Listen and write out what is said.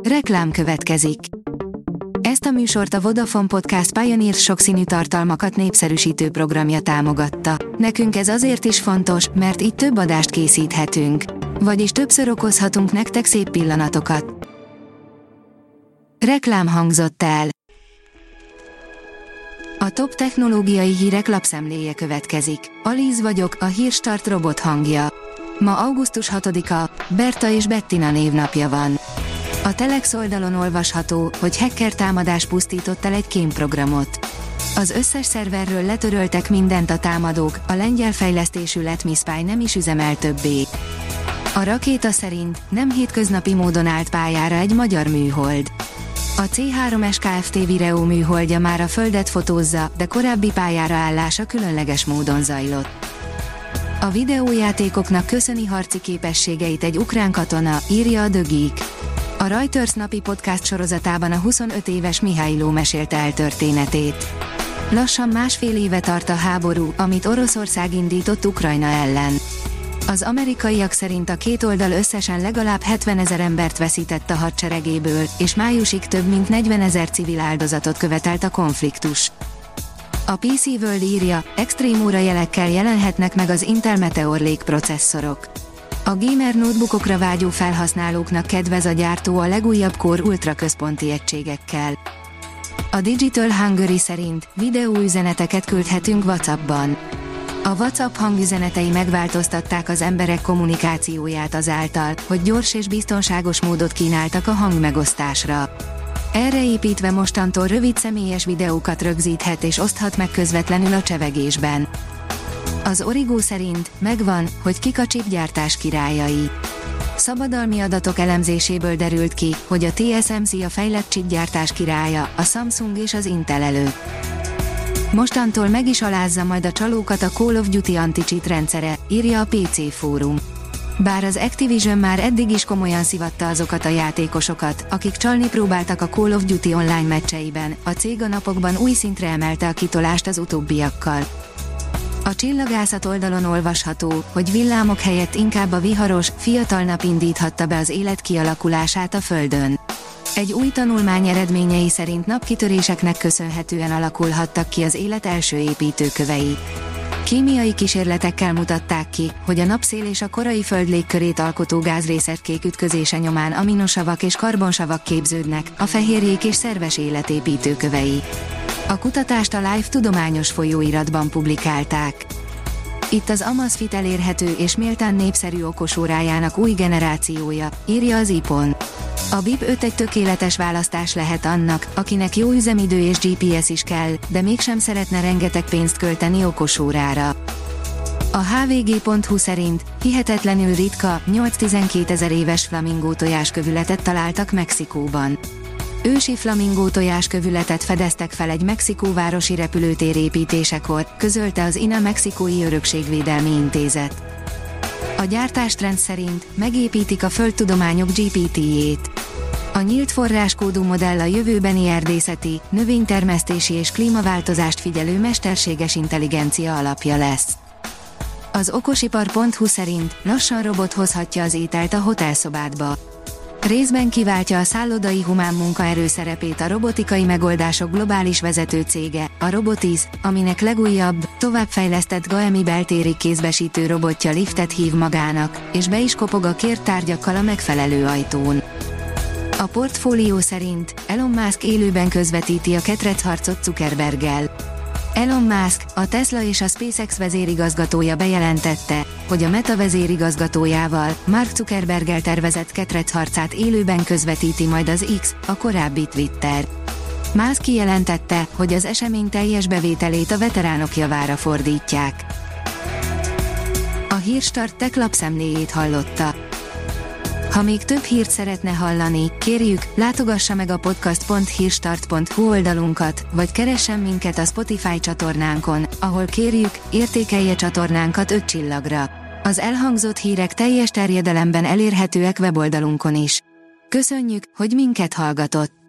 Reklám következik. Ezt a műsort a Vodafone Podcast Pioneer sokszínű tartalmakat népszerűsítő programja támogatta. Nekünk ez azért is fontos, mert így több adást készíthetünk. Vagyis többször okozhatunk nektek szép pillanatokat. Reklám hangzott el. A top technológiai hírek lapszemléje következik. Alíz vagyok, a Hírstart robot hangja. Ma augusztus 6-a, Berta és Bettina névnapja van. A Telex oldalon olvasható, hogy hacker támadás pusztított el egy kémprogramot. Az összes szerverről letöröltek mindent a támadók, a lengyel fejlesztésű Let Me Spy nem is üzemel többé. A rakéta szerint nem hétköznapi módon állt pályára egy magyar műhold. A C3S Kft. Vireo műholdja már a Földet fotózza, de korábbi pályára állása különleges módon zajlott. A videójátékoknak köszöni harci képességeit egy ukrán katona, írja a The Geek. A Reuters napi podcast sorozatában a 25 éves Mihailo mesélte el történetét. Lassan másfél éve tart a háború, amit Oroszország indított Ukrajna ellen. Az amerikaiak szerint a két oldal összesen legalább 70 000 embert veszített a hadseregéből, és májusig több mint 40 000 civil áldozatot követelt a konfliktus. A PC World írja, extrém órajelekkel jelenhetnek meg az Intel Meteor Lake processzorok. A gamer notebookokra vágyó felhasználóknak kedvez a gyártó a legújabb Core Ultra központi egységekkel. A Digital Hungary szerint videóüzeneteket küldhetünk WhatsAppban. A WhatsApp hangüzenetei megváltoztatták az emberek kommunikációját azáltal, hogy gyors és biztonságos módot kínáltak a hangmegosztásra. Erre építve mostantól rövid személyes videókat rögzíthet és oszthat meg közvetlenül a csevegésben. Az Origo szerint megvan, hogy kik a chipgyártás királyai. Szabadalmi adatok elemzéséből derült ki, hogy a TSMC a fejlett chipgyártás királya, a Samsung és az Intel előtt. Mostantól meg is alázza majd a csalókat a Call of Duty anti-cheat rendszere, írja a PC Fórum. Bár az Activision már eddig is komolyan szivatta azokat a játékosokat, akik csalni próbáltak a Call of Duty online meccseiben, a cég a napokban új szintre emelte a kitolást az utóbbiakkal. A csillagászat oldalon olvasható, hogy villámok helyett inkább a viharos, fiatal nap indíthatta be az élet kialakulását a Földön. Egy új tanulmány eredményei szerint napkitöréseknek köszönhetően alakulhattak ki az élet első építőkövei. Kémiai kísérletekkel mutatták ki, hogy a napszél és a korai Föld légkörét alkotó gázrészecskék ütközése nyomán aminosavak és karbonsavak képződnek, a fehérjék és szerves élet építőkövei. A kutatást a Life tudományos folyóiratban publikálták. Itt az Amazfit elérhető és méltán népszerű okosórájának új generációja, írja az iPhone. A BIP 5 egy tökéletes választás lehet annak, akinek jó üzemidő és GPS is kell, de mégsem szeretne rengeteg pénzt költeni okosórára. A hvg.hu szerint hihetetlenül ritka, 8-12 000 éves flamingó tojáskövületet találtak Mexikóban. Ősi flamingó tojáskövületet fedeztek fel egy mexikóvárosi repülőtér építésekor, közölte az INA Mexikói Örökségvédelmi Intézet. A gyártástrend szerint megépítik a földtudományok GPT-jét. A nyílt forráskódú modell a jövőbeni erdészeti, növénytermesztési és klímaváltozást figyelő mesterséges intelligencia alapja lesz. Az okosipar.hu szerint lassan robot hozhatja az ételt a hotelszobádba. Részben kiváltja a szállodai humán munkaerő szerepét a robotikai megoldások globális vezető cége, a Robotis, aminek legújabb, továbbfejlesztett Gaemi beltéri kézbesítő robotja liftet hív magának, és be is kopog a kért tárgyakkal a megfelelő ajtón. A portfólió szerint Elon Musk élőben közvetíti a ketrecharcot Zuckerberggel. Elon Musk, a Tesla és a SpaceX vezérigazgatója bejelentette, hogy a Meta vezérigazgatójával, Mark Zuckerberggel tervezett ketrecharcát élőben közvetíti majd az X, a korábbi Twitter. Musk kijelentette, hogy az esemény teljes bevételét a veteránok javára fordítják. A Hírstart tech lapszemléjét hallotta. Ha még több hírt szeretne hallani, kérjük, látogassa meg a podcast.hírstart.hu oldalunkat, vagy keressen minket a Spotify csatornánkon, ahol kérjük, értékelje csatornánkat 5 csillagra. Az elhangzott hírek teljes terjedelemben elérhetőek weboldalunkon is. Köszönjük, hogy minket hallgatott!